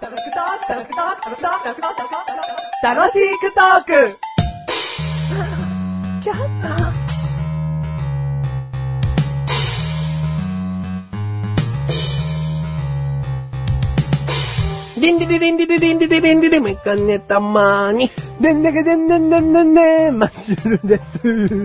楽しくトークリンリリリンリリリンリリリンリリメガネたまーに。 でんでけでんでんでんでんでんマッシュルです。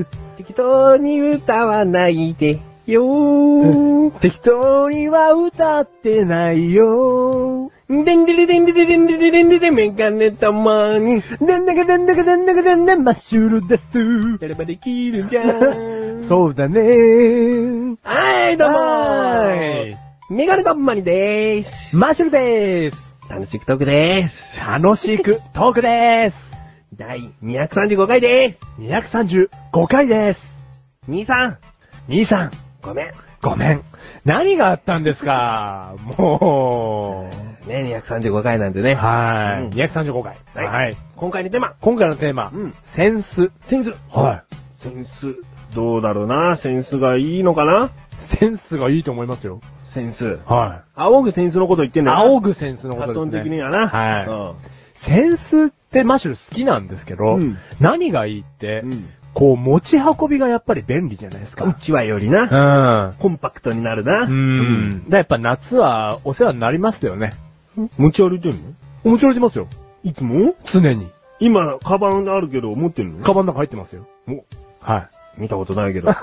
適当に歌わないでよー。 適当には歌ってないよー。でんリリリンリリリンリリリンリリメガネたまーに。 でんでけでんでけでんでけでんでんマッシュルです。 やればできるじゃん。 そうだねー。 はい、どうもー。 メガネたまにでーす。 マッシュルでーす。 楽しくトークでーす。 楽しくトークでーす。 第235回でーす。 235回です。 兄さん。ごめん。 ごめん。何があったんですかもう。ね、235回なんでね。 はい。235回。 はい。今回のテーマ。 センス。 はい。センス。どうだろうな。センスがいいのかな。 センスがいいと思いますよ。 センス。 はい。 仰ぐセンスのこと言ってんだよ。 仰ぐセンスのことですね。 発音的にはな。 はい。センスってマシュル好きなんですけど、何がいいって、こう持ち運びがやっぱり便利じゃないですか。 うちわよりな。コンパクトになるな。 やっぱ夏はお世話になりますよね。 持ち歩いてんの？ 持ち歩いてますよ。 いつも？ 常に。 今、カバンあるけど持ってんの？ カバンの中入ってますよ。はい。 見たことないけど。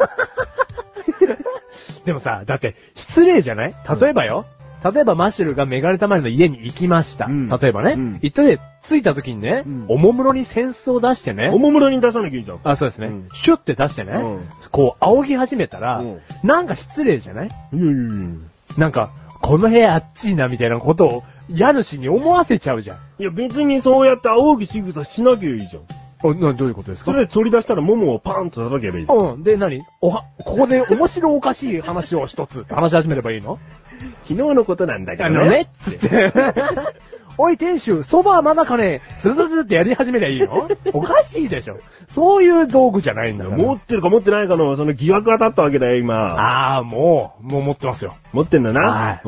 でもさ、だって失礼じゃない？例えばマッシュルがメガネたまりの家に行きました。例えばね。行って着いた時にね、おもむろにセンスを出してね。 おもむろに出さなきゃいいじゃん。 あ、そうですね。シュッて出してね。こう、仰ぎ始めたら、なんか失礼じゃない？なんか、この部屋あっちいなみたいなことを家主に思わせちゃうじゃん。 いや別にそうやって仰ぎ仕草しなきゃいいじゃん。 どういうことですか？ それで取り出したら桃をパーンと叩けばいいじゃん。 で、ここで面白おかしい話を一つって話し始めればいいの？ 昨日のことなんだけどね。 つって。おい店主、蕎麦はまだかね？ズズズってやり始めりゃいいの？おかしいでしょ。そういう道具じゃないんだから。 持ってるか持ってないかの、その疑惑が立ったわけだよ、今。 もう持ってますよ。 持ってんだな。 はい。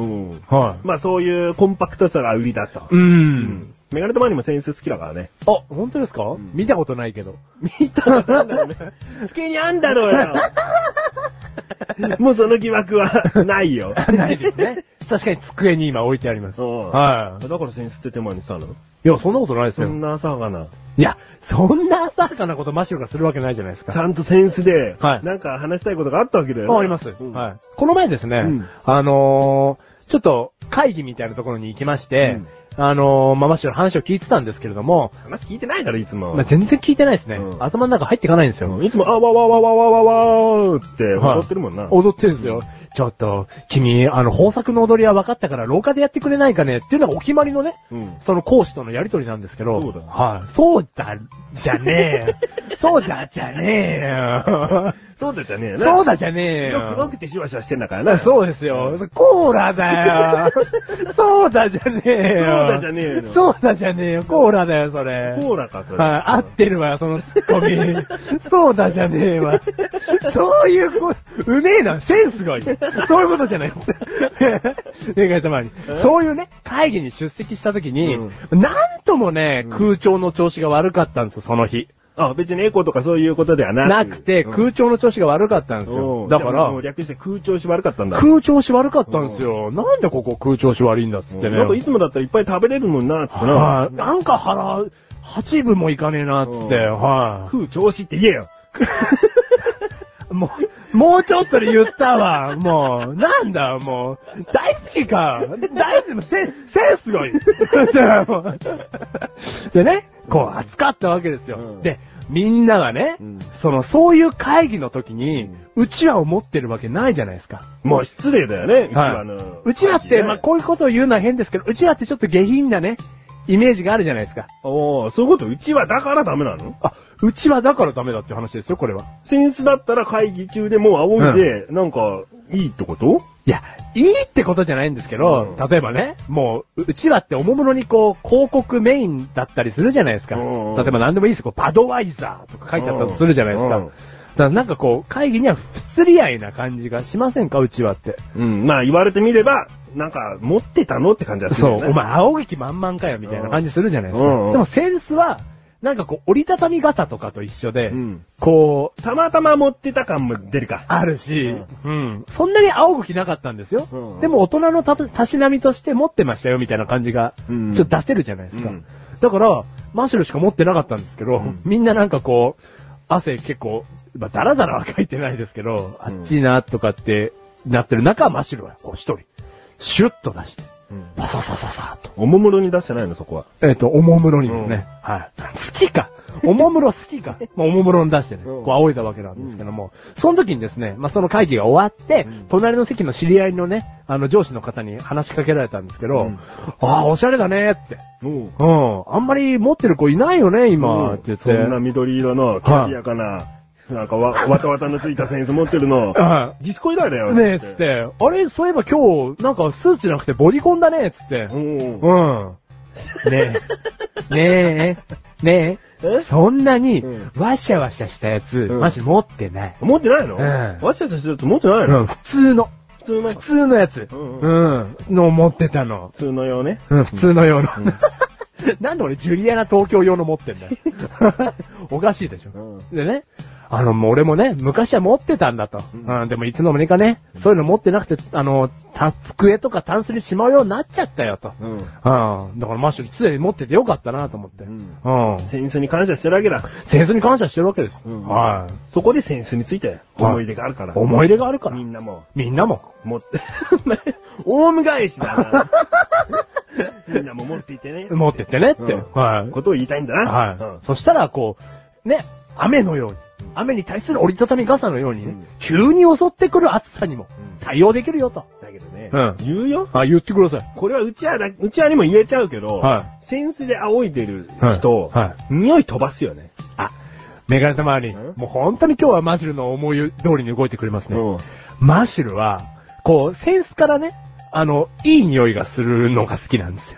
まあそういうコンパクトさが売りだと。メガネとマにもセンス好きだからね。 あ、本当ですか？見たことないけど。 見たことないんだろうね。机にあんだろうよ。もうその疑惑はないよ。 ないですね。確かに机に今置いてあります。 はい。だからセンスって手間にしたの？ いや、そんなことないですよ。 そんな浅はかな。 いや、そんな浅はかなことマシュルがするわけないじゃないですか。 ちゃんとセンスで、なんか話したいことがあったわけだよね。 あります。はい。この前ですね、ちょっと会議みたいなところに行きまして、マシュル話を聞いてたんですけれども。 話聞いてないだろ、いつも。 全然聞いてないですね。頭の中入っていかないんですよ。 いつも、わわわわわわわーつって踊ってるもんな。 踊ってるんですよ。ちょっと、君、豊作の踊りは分かったから廊下でやってくれないかねっていうのがお決まりのね、その講師とのやりとりなんですけど。 そうだ。 はい。そうだ、じゃねえよ。そうだ、じゃねえよ。 そうだじゃねえよな。 そうだじゃねえよ。 黒くてシュワシュワしてんだからな。 そうですよ。コーラだよ。そうだじゃねえよ。 そうだじゃねえよ。 そうだじゃねえよ。コーラだよ、それ。 コーラか、それ。 はい、合ってるわよ、そのツッコミ。そうだじゃねえわ。そういううめえな、センスがいい。そういうことじゃないです。メガネたまに。そういうね、会議に出席した時に、なんともね、空調の調子が悪かったんですよ、その日。 あ、別にエコとかそういうことではなくて、空調の調子が悪かったんですよ。だから、 略して空調子悪かったんだ。 空調子悪かったんですよ。なんでここ空調子悪いんだっつってね。 なんかいつもだったらいっぱい食べれるもんな、つってな。 なんか8分もいかねえな、つって。 空調子って言えよ。 もうちょっとで言ったわ。もう、なんだ、もう、大好きか。大好き、センスがいい。でね、こう、扱ったわけですよ。で、みんながね、そういう会議の時に、うちわを持ってるわけないじゃないですか。 もう失礼だよね、 うちわって、こういうことを言うのは変ですけど、うちわってちょっと下品なね、イメージがあるじゃないですか。 そういうこと、うちわだからダメなの？ うちわだからダメだっていう話ですよ、これは。 センスだったら会議中でもう仰いで、なんか、いいってこと？ いや、いいってことじゃないんですけど、例えばね、もう、うちわっておもむろにこう、広告メインだったりするじゃないですか。例えば何でもいいですよ、バドワイザーとか書いてあったりするじゃないですか。だからなんかこう、会議には不釣り合いな感じがしませんか、うちわって。 まあ言われてみれば、 なんか、持ってたのって感じだったよね。 そう、お前青劇満々かよ、みたいな感じするじゃないですか。 うんうんでもセンスは、なんかこう、折りたたみ傘とかと一緒で、 うんこう、 たまたま持ってた感も出るか。 あるし、そんなに青吹なかったんですよ。 うんでも大人のたしなみとして持ってましたよみたいな感じが、ちうんょっと出せるじゃないですか。 うんだから、マシュルしか持ってなかったんですけど、みんななんかこう、汗結構、まあ、だらだらはかいてないですけど、あっちいなとかってなってる中、マシュルはこう一人、シュッと出して、バササササと。 おもむろに出してないの、そこは。 おもむろにですね。はい。好きか。おもむろ好きか。まあ、おもむろに出してね、こう仰いだわけなんですけども、その時にですね、まあ、その会議が終わって、隣の席の知り合いのね、上司の方に話しかけられたんですけど、ああ、おしゃれだねって。あんまり持ってる子いないよね、今、って言って。 そんな緑色の、きらびやかな、なんかわたわたのついたセンス持ってるの。ディスコイダーだよ。 ねえ、つって。あれ、そういえば今日、なんかスーツじゃなくてボディコンだね、つって。ねえ。ねえ。ねえ。そんなに、ワシャワシャしたやつ、マジ持ってない。 持ってないのワシャワシャしたやつ持ってないの普通のやつ。の持ってたの。 普通の用ね。 普通の用の。なんで俺ジュリアナ東京用の持ってんだよ。おかしいでしょ。でね、もう俺もね、昔は持ってたんだと。でもいつの間にかね、そういうの持ってなくて、机とかタンスにしまうようになっちゃったよと。だからマッシュ常に持っててよかったなと思って。 センスに感謝してるわけだ。 センスに感謝してるわけです。はい。 そこでセンスについて思い出があるから。 思い出があるから。 みんなも。 持って。 オウム返しだな。みんなも持っていってね。 持ってってねって。はい。 ことを言いたいんだな。 はい。そしたら、こう、ね、雨のように、雨に対する折りたたみ傘のようにね、急に襲ってくる暑さにも対応できるよと。 だけどね。 言うよ。 言ってください。 これはうちわにも言えちゃうけど、センスで仰いでる人、匂い飛ばすよね。 メガネたまわり、もう本当に今日はマシュルの思い通りに動いてくれますね。マシュルは、こう、センスからね、いい匂いがするのが好きなんですよ。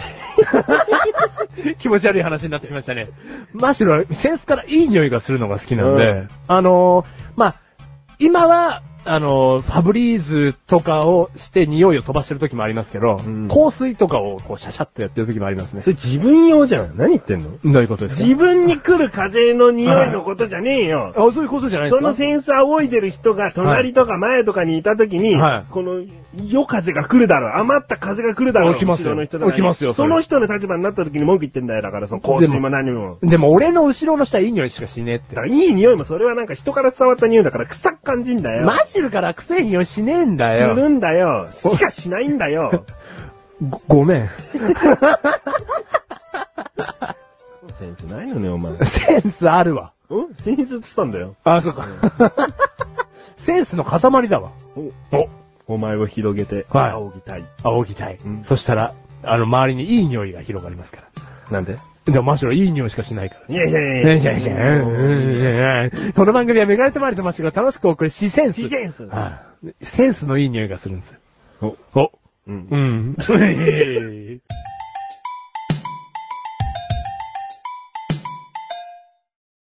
気持ち悪い話になってきましたね。マシュルはセンスからいい匂いがするのが好きなんで、まあ、今は、ファブリーズとかをして匂いを飛ばしてる時もありますけど、香水とかをこうシャシャッとやってる時もありますね。 それ自分用じゃん。何言ってんの？ どういうことですか？ 自分に来る風の匂いのことじゃねえよ。 そういうことじゃないですか？ そのセンス仰いでる人が隣とか前とかにいた時に、この夜風が来るだろう。余った風が来るだろう。 起きますよ。起きますよ。 その人の立場になった時に文句言ってんだよ。だからその香水も何も。 でも俺の後ろの下はいい匂いしかしねえって。 だからいい匂いもそれはなんか人から伝わった匂いだから臭く感じんだよ。 マシルから臭い匂いしねえんだよ。 するんだよ。しかしないんだよ。 ごめん。 センスないのね、お前。 センスあるわ。 センスつったんだよ。 そうか。センスの塊だわ。 お前を広げて、仰ぎたい。 仰ぎたい。そしたら、周りにいい匂いが広がりますから。 なんで？ でもマシュルいい匂いしかしないから。 いや。 この番組はメガネとマリとマシュルが楽しく送るシセンス。センスのいい匂いがするんですよ。うん。